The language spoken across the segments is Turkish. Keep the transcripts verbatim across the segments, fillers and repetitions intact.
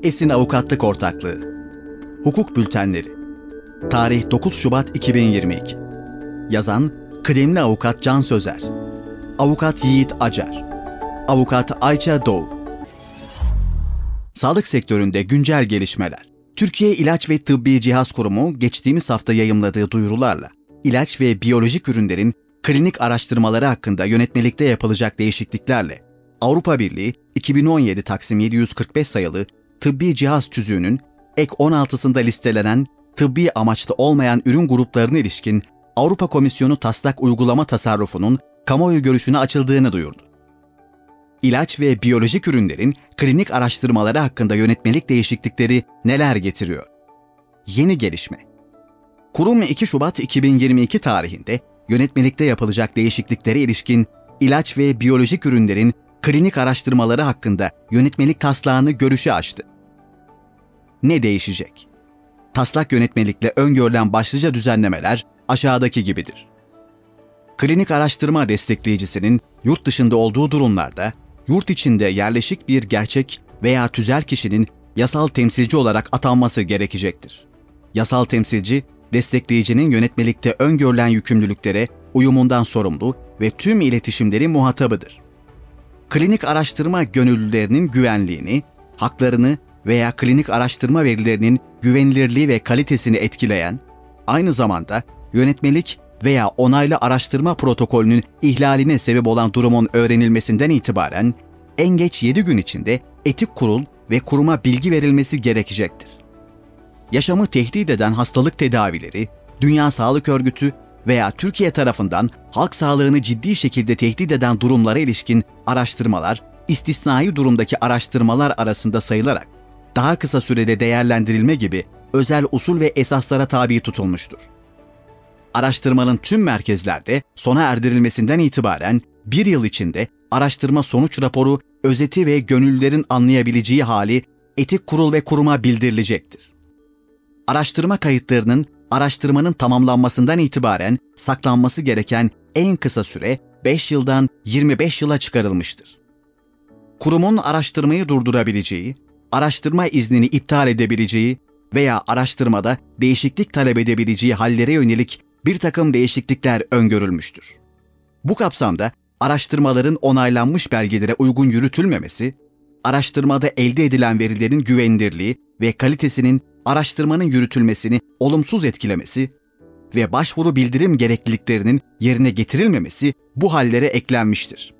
Esin Avukatlık Ortaklığı. Hukuk Bültenleri. Tarih dokuz Şubat iki bin yirmi iki. Yazan Kıdemli Avukat Can Sözer. Avukat Yiğit Acar. Avukat Ayça Doğu. Sağlık sektöründe güncel gelişmeler. Türkiye İlaç ve Tıbbi Cihaz Kurumu geçtiğimiz hafta yayımladığı duyurularla ilaç ve biyolojik ürünlerin klinik araştırmaları hakkında yönetmelikte yapılacak değişikliklerle Avrupa Birliği iki bin on yedi Taksim yedi yüz kırk beş sayılı tıbbi cihaz tüzüğünün ek on altısında listelenen tıbbi amaçlı olmayan ürün gruplarına ilişkin Avrupa Komisyonu taslak uygulama tasarrufunun kamuoyu görüşüne açıldığını duyurdu. İlaç ve biyolojik ürünlerin klinik araştırmaları hakkında yönetmelik değişiklikleri neler getiriyor? Yeni gelişme. Kurum iki Şubat iki bin yirmi iki tarihinde yönetmelikte yapılacak değişikliklere ilişkin ilaç ve biyolojik ürünlerin klinik araştırmaları hakkında yönetmelik taslağını görüşe açtı. Ne değişecek? Taslak yönetmelikle öngörülen başlıca düzenlemeler aşağıdaki gibidir. Klinik araştırma destekleyicisinin yurt dışında olduğu durumlarda, yurt içinde yerleşik bir gerçek veya tüzel kişinin yasal temsilci olarak atanması gerekecektir. Yasal temsilci, destekleyicinin yönetmelikte öngörülen yükümlülüklere uyumundan sorumlu ve tüm iletişimlerin muhatabıdır. Klinik araştırma gönüllülerinin güvenliğini, haklarını veya klinik araştırma verilerinin güvenilirliği ve kalitesini etkileyen, aynı zamanda yönetmelik veya onaylı araştırma protokolünün ihlaline sebep olan durumun öğrenilmesinden itibaren en geç yedi gün içinde etik kurul ve kuruma bilgi verilmesi gerekecektir. Yaşamı tehdit eden hastalık tedavileri, Dünya Sağlık Örgütü veya Türkiye tarafından halk sağlığını ciddi şekilde tehdit eden durumlara ilişkin araştırmalar, istisnai durumdaki araştırmalar arasında sayılarak daha kısa sürede değerlendirilme gibi özel usul ve esaslara tabi tutulmuştur. Araştırmanın tüm merkezlerde sona erdirilmesinden itibaren bir yıl içinde araştırma sonuç raporu, özeti ve gönüllülerin anlayabileceği hali etik kurul ve kuruma bildirilecektir. Araştırma kayıtlarının araştırmanın tamamlanmasından itibaren saklanması gereken en kısa süre beş yıldan yirmi beş yıla çıkarılmıştır. Kurumun araştırmayı durdurabileceği, araştırma iznini iptal edebileceği veya araştırmada değişiklik talep edebileceği hallere yönelik bir takım değişiklikler öngörülmüştür. Bu kapsamda araştırmaların onaylanmış belgelere uygun yürütülmemesi, araştırmada elde edilen verilerin güvenilirliği ve kalitesinin araştırmanın yürütülmesini olumsuz etkilemesi ve başvuru bildirim gerekliliklerinin yerine getirilmemesi bu hallere eklenmiştir.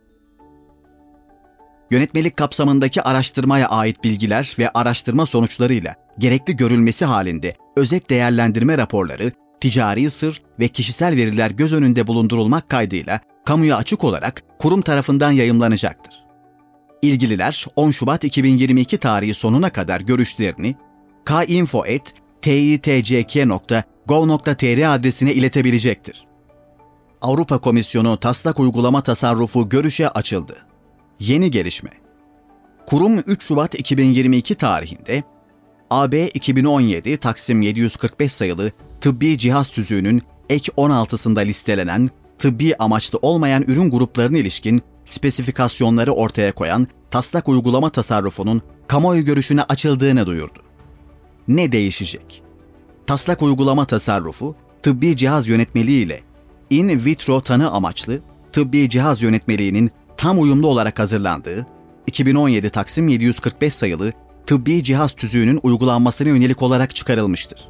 Yönetmelik kapsamındaki araştırmaya ait bilgiler ve araştırma sonuçlarıyla gerekli görülmesi halinde özet değerlendirme raporları, ticari sır ve kişisel veriler göz önünde bulundurulmak kaydıyla kamuya açık olarak kurum tarafından yayımlanacaktır. İlgililer on Şubat iki bin yirmi iki tarihi sonuna kadar görüşlerini k info at t i t c k nokta gov nokta t r adresine iletebilecektir. Avrupa Komisyonu taslak uygulama tasarrufu görüşe açıldı. Yeni gelişme. Kurum üç Şubat iki bin yirmi iki tarihinde A B iki bin on yedi Taksim yedi yüz kırk beş sayılı tıbbi cihaz tüzüğünün ek on altısında listelenen tıbbi amaçlı olmayan ürün gruplarına ilişkin spesifikasyonları ortaya koyan taslak uygulama tasarrufunun kamuoyu görüşüne açıldığını duyurdu. Ne değişecek? Taslak uygulama tasarrufu, tıbbi cihaz yönetmeliği ile in vitro tanı amaçlı tıbbi cihaz yönetmeliğinin tam uyumlu olarak hazırlandığı iki bin on yedi Taksim yedi yüz kırk beş sayılı tıbbi cihaz tüzüğünün uygulanmasına yönelik olarak çıkarılmıştır.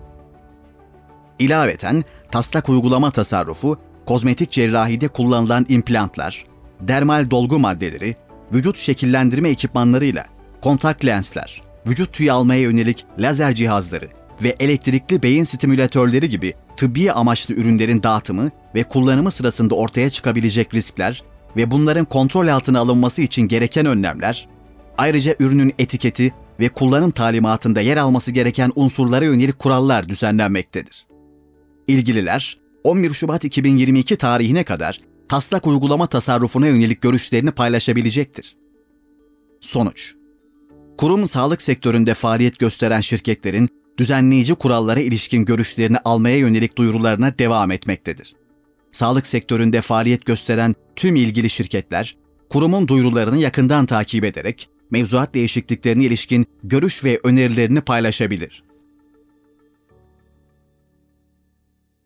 İlaveten taslak uygulama tasarrufu, kozmetik cerrahide kullanılan implantlar, dermal dolgu maddeleri, vücut şekillendirme ekipmanlarıyla kontak lensler, vücut tüyü almaya yönelik lazer cihazları ve elektrikli beyin stimülatörleri gibi tıbbi amaçlı ürünlerin dağıtımı ve kullanımı sırasında ortaya çıkabilecek riskler ve bunların kontrol altına alınması için gereken önlemler, ayrıca ürünün etiketi ve kullanım talimatında yer alması gereken unsurlara yönelik kurallar düzenlenmektedir. İlgililer on bir Şubat iki bin yirmi iki tarihine kadar taslak uygulama tasarrufuna yönelik görüşlerini paylaşabilecektir. Sonuç. Kurum sağlık sektöründe faaliyet gösteren şirketlerin düzenleyici kurallara ilişkin görüşlerini almaya yönelik duyurularına devam etmektedir. Sağlık sektöründe faaliyet gösteren tüm ilgili şirketler, kurumun duyurularını yakından takip ederek mevzuat değişikliklerine ilişkin görüş ve önerilerini paylaşabilir.